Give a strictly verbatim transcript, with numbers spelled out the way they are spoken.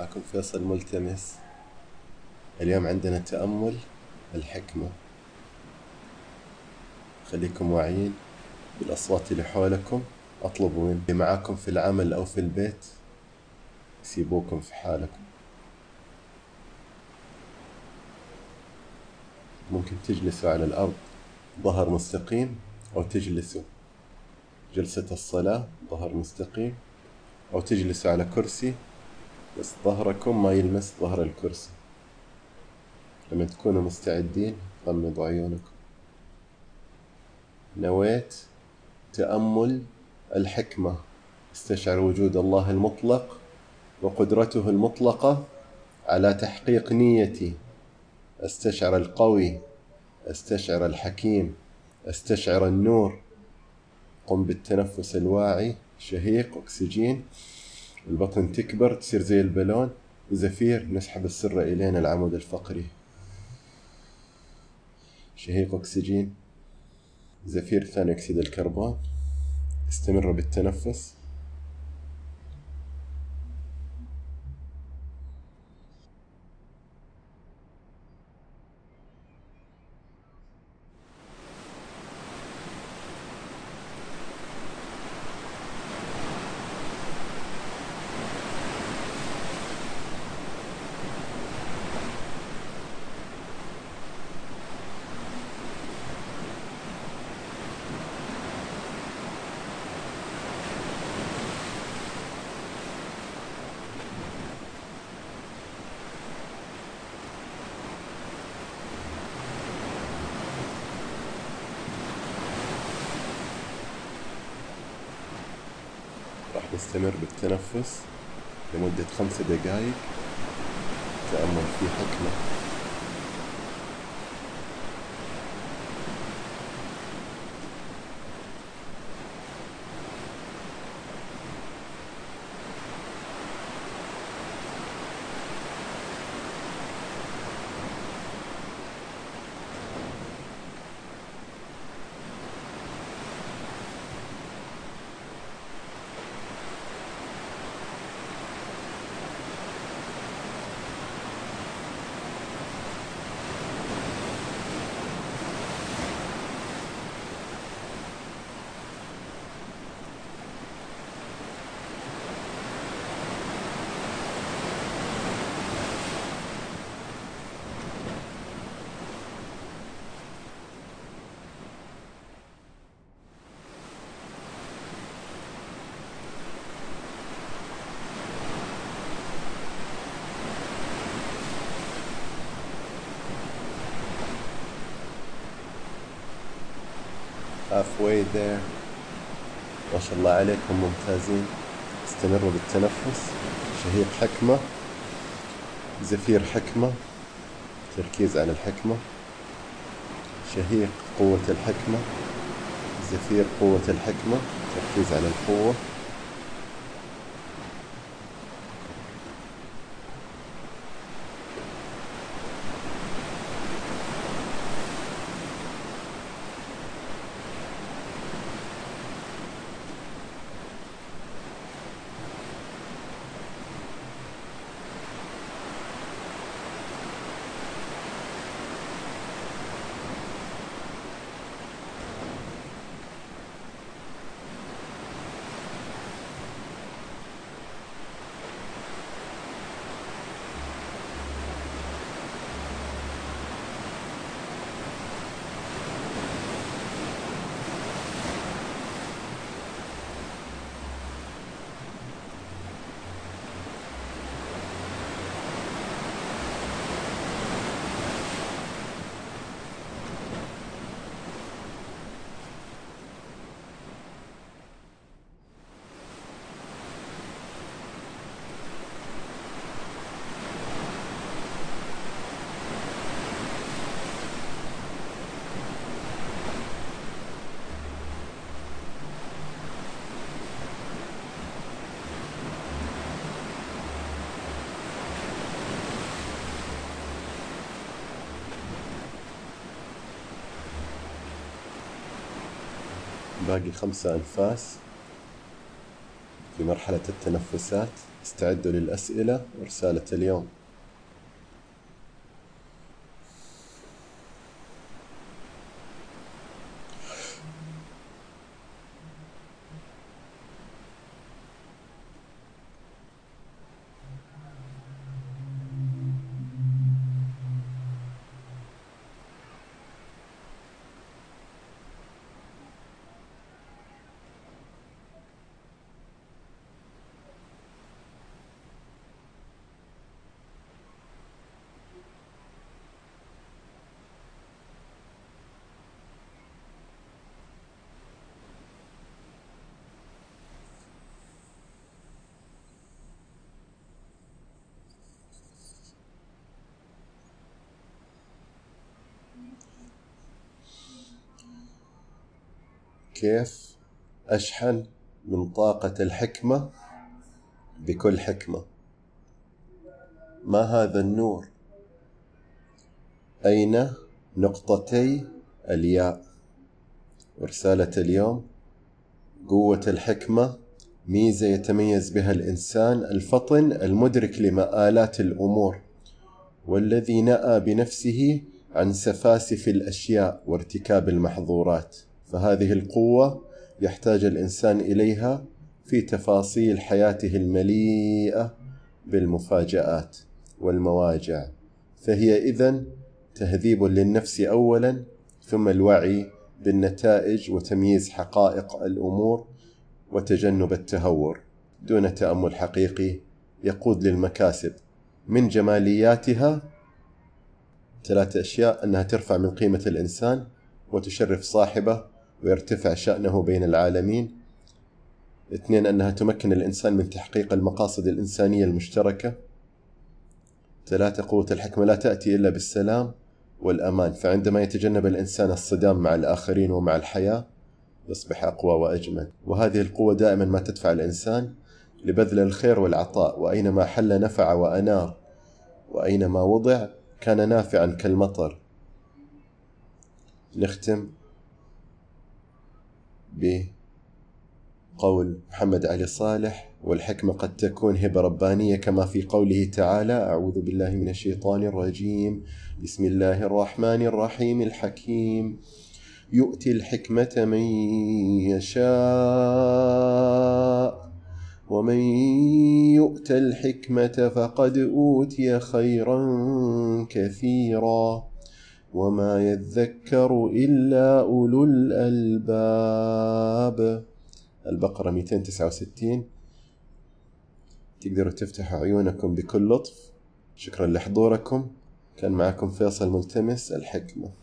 معكم فيصل ملتمس. اليوم عندنا تأمل الحكمة. خليكم واعيين بالأصوات اللي حولكم. أطلبوا من اللي معاكم في العمل أو في البيت يسيبوكم في حالكم. ممكن تجلسوا على الأرض ظهر مستقيم، أو تجلسوا جلسة الصلاة ظهر مستقيم، أو تجلسوا على كرسي بس ظهركم ما يلمس ظهر الكرسي. لما تكونوا مستعدين غمضوا عيونكم. نويت تأمل الحكمة. استشعر وجود الله المطلق وقدرته المطلقة على تحقيق نيتي. استشعر القوي، استشعر الحكيم، استشعر النور. قم بالتنفس الواعي. شهيق أكسجين، البطن تكبر تصير زي البالون. وزفير نسحب السر إلينا العمود الفقري. شهيق أكسجين، زفير ثاني أكسيد الكربون. استمر بالتنفس. راح نستمر بالتنفس لمدة خمس دقائق. تأمل في حكمة. halfway there. ما شاء الله عليكم ممتازين. استمروا بالتنفس. شهيق حكمة، زفير حكمة، تركيز على الحكمة. شهيق قوة الحكمة، زفير قوة الحكمة، تركيز على القوة. باقي خمسة أنفاس. في مرحلة التنفسات. استعدوا للأسئلة ورسالة اليوم. كيف أشحن من طاقة الحكمة بكل حكمة؟ ما هذا النور؟ أين نقطتي الياء؟ ورسالة اليوم: قوة الحكمة ميزة يتميز بها الإنسان الفطن المدرك لمآلات الأمور، والذي نأى بنفسه عن سفاسف الأشياء وارتكاب المحظورات. فهذه القوة يحتاج الإنسان إليها في تفاصيل حياته المليئة بالمفاجآت والمواجع، فهي إذن تهذيب للنفس أولا، ثم الوعي بالنتائج وتمييز حقائق الأمور وتجنب التهور دون تأمل حقيقي يقود للمكاسب. من جمالياتها ثلاث أشياء: أنها ترفع من قيمة الإنسان وتشرف صاحبه ويرتفع شأنه بين العالمين. اثنين: أنها تمكن الإنسان من تحقيق المقاصد الإنسانية المشتركة. ثلاثة: قوة الحكمة لا تأتي إلا بالسلام والأمان، فعندما يتجنب الإنسان الصدام مع الآخرين ومع الحياة يصبح أقوى وأجمل. وهذه القوة دائما ما تدفع الإنسان لبذل الخير والعطاء، وأينما حل نفع وأنار، وأينما وضع كان نافعا كالمطر. نختم بقول محمد علي صالح: والحكمة قد تكون هبة ربانية، كما في قوله تعالى: أعوذ بالله من الشيطان الرجيم، بسم الله الرحمن الرحيم الحكيم، يؤتي الحكمة من يشاء ومن يؤت الحكمة فقد أوتي خيرا كثيرا وما يذكر إلا أولو الألباب. البقرة مئتين وتسعة وستين. تقدروا تفتحوا عيونكم بكل لطف. شكرا لحضوركم. كان معكم فيصل ملتمس الحكمة.